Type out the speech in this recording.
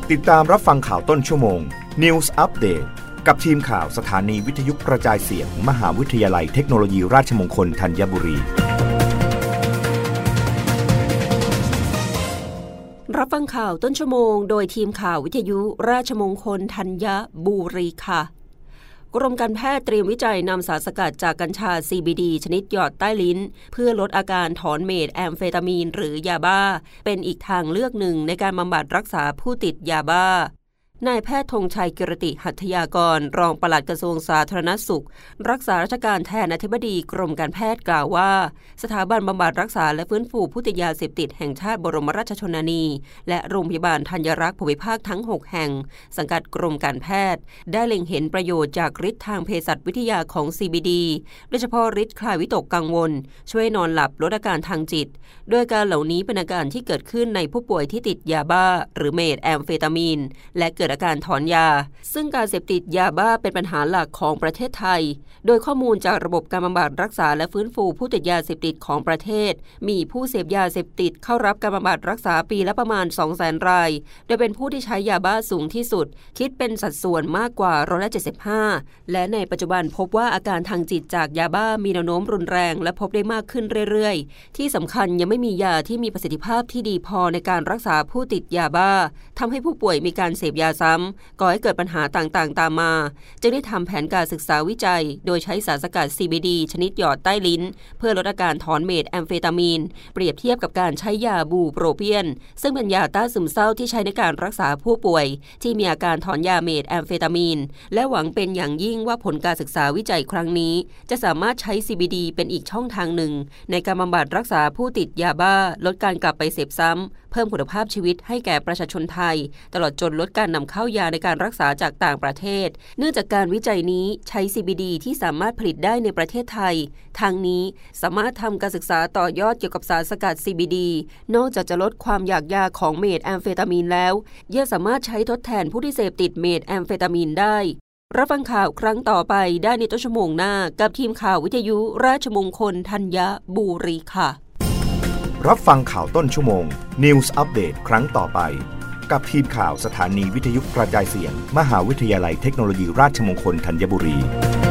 ติดตามรับฟังข่าวต้นชั่วโมง News Update กับทีมข่าวสถานีวิทยุกระจายเสียง มหาวิทยาลัยเทคโนโลยีราชมงคลธัญบุรีรับฟังข่าวต้นชั่วโมงโดยทีมข่าววิทยุราชมงคลธัญบุรีค่ะกรมการแพทย์เตรียมวิจัยนำสารสกัดจากกัญชา CBD ชนิดหยอดใต้ลิ้นเพื่อลดอาการถอนเมทแอมเฟตามีนหรือยาบ้าเป็นอีกทางเลือกหนึ่งในการบำบัดรักษาผู้ติดยาบ้านายแพทย์ธงชัยกิรติหัตถยากรรองปลัดกระทรวงสาธารณสุขรักษาราชการแทนอธิบดีกรมการแพทย์กล่าวว่าสถาบันบำบัดรักษาและฟื้นฟูผู้ติดยาเสพติดแห่งชาติบรมราชชนนีและโรงพยาบาลธัญรักษ์ภูมิภาคทั้ง6แห่งสังกัดกรมการแพทย์ได้เล็งเห็นประโยชน์จากฤทธิ์ทางเภสัชวิทยาของ CBD โดยเฉพาะฤทธิ์คลายวิตกกังวลช่วยนอนหลับลดอาการทางจิตโดยการเหล่านี้เป็นอาการที่เกิดขึ้นในผู้ป่วยที่ติดยาบ้าหรือเมทแอมเฟตามีนและเกิดอาการถอนยาซึ่งการเสพติดยาบ้าเป็นปัญหาหลักของประเทศไทยโดยข้อมูลจากระบบการบำบัดรักษาและฟื้นฟูผู้ติดยาเสพติดของประเทศมีผู้เสพยาเสพติดเข้ารับการบำบัดรักษาปีละประมาณ 200,000 รายโดยเป็นผู้ที่ใช้ยาบ้าสูงที่สุดคิดเป็นสัดส่วนมากกว่า75%และในปัจจุบันพบว่าอาการทางจิตจากยาบ้ามีแนวโน้มรุนแรงและพบได้มากขึ้นเรื่อยๆที่สำคัญยังไม่มียาที่มีประสิทธิภาพที่ดีพอในการรักษาผู้ติดยาบ้าทำให้ผู้ป่วยมีการเสพยาซ้ำก่อให้เกิดปัญหาต่างๆตามมาจึงได้ทำแผนการศึกษาวิจัยโดยใช้สารสกัด CBD ชนิดหยอดใต้ลิ้นเพื่อลดอาการถอนเมทแอมเฟตามีนเปรียบเทียบกับการใช้ยาบูโปรเปียนซึ่งเป็นยาต้านซึมเศร้าที่ใช้ในการรักษาผู้ป่วยที่มีอาการถอนยาเมทแอมเฟตามีนและหวังเป็นอย่างยิ่งว่าผลการศึกษาวิจัยครั้งนี้จะสามารถใช้ CBD เป็นอีกช่องทางหนึ่งในการบำบัดรักษาผู้ติดยาบ้าลดการกลับไปเสพซ้ำเพิ่มคุณภาพชีวิตให้แก่ประชาชนไทยตลอดจนลดการนำเข้ายาในการรักษาจากต่างประเทศเนื่องจากการวิจัยนี้ใช้ CBD ที่สามารถผลิตได้ในประเทศไทยทางนี้สามารถทำการศึกษาต่อยอดเกี่ยวกับสารสกัด CBD นอกจากจะลดความอยากยาของเมทแอมเฟตามีนแล้วยังสามารถใช้ทดแทนผู้ที่เสพติดเมทแอมเฟตามีนได้รับฟังข่าวครั้งต่อไปได้ในต้นชั่วโมงหน้ากับทีมข่าววิทยุราชมงคลธัญบุรีค่ะรับฟังข่าวต้นชั่วโมง News Update ครั้งต่อไปกับทีมข่าวสถานีวิทยุกระจายเสียง มหาวิทยาลัยเทคโนโลยีราชมงคลธัญบุรี